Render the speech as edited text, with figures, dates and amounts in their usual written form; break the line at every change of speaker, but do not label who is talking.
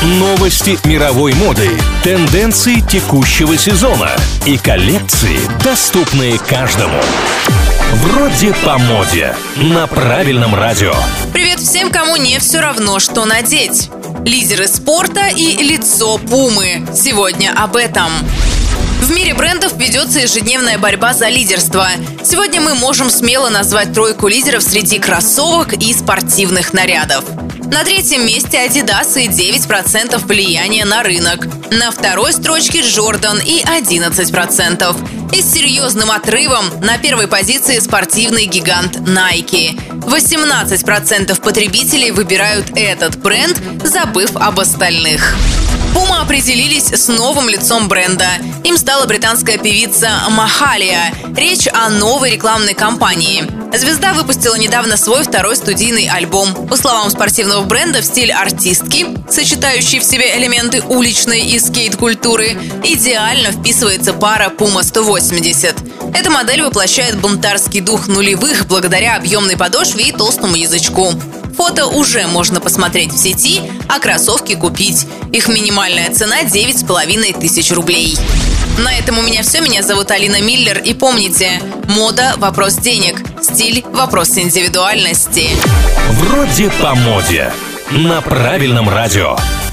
Новости мировой моды, тенденции текущего сезона и коллекции, доступные каждому. Вроде по моде. На правильном радио.
Привет всем, кому не все равно, что надеть. Лидеры спорта и лицо Пумы. Сегодня об этом. В мире брендов ведется ежедневная борьба за лидерство. Сегодня мы можем смело назвать тройку лидеров среди кроссовок и спортивных нарядов. На третьем месте Adidas и 9% влияния на рынок. На второй строчке Jordan и 11%. И с серьезным отрывом на первой позиции спортивный гигант Nike. 18% потребителей выбирают этот бренд, забыв об остальных. Puma определились с новым лицом бренда. Им стала британская певица Махалия. Речь о новой рекламной кампании. Звезда выпустила недавно свой второй студийный альбом. По словам спортивного бренда, в стиль артистки, сочетающий в себе элементы уличной и скейт-культуры, идеально вписывается пара Puma 180. Эта модель воплощает бунтарский дух нулевых благодаря объемной подошве и толстому язычку. Фото уже можно посмотреть в сети, а кроссовки купить. Их минимальная цена 9500 рублей. На этом у меня все. Меня зовут Алина Миллер. И помните, мода – вопрос денег, стиль – вопрос индивидуальности.
Вроде по моде. На правильном радио.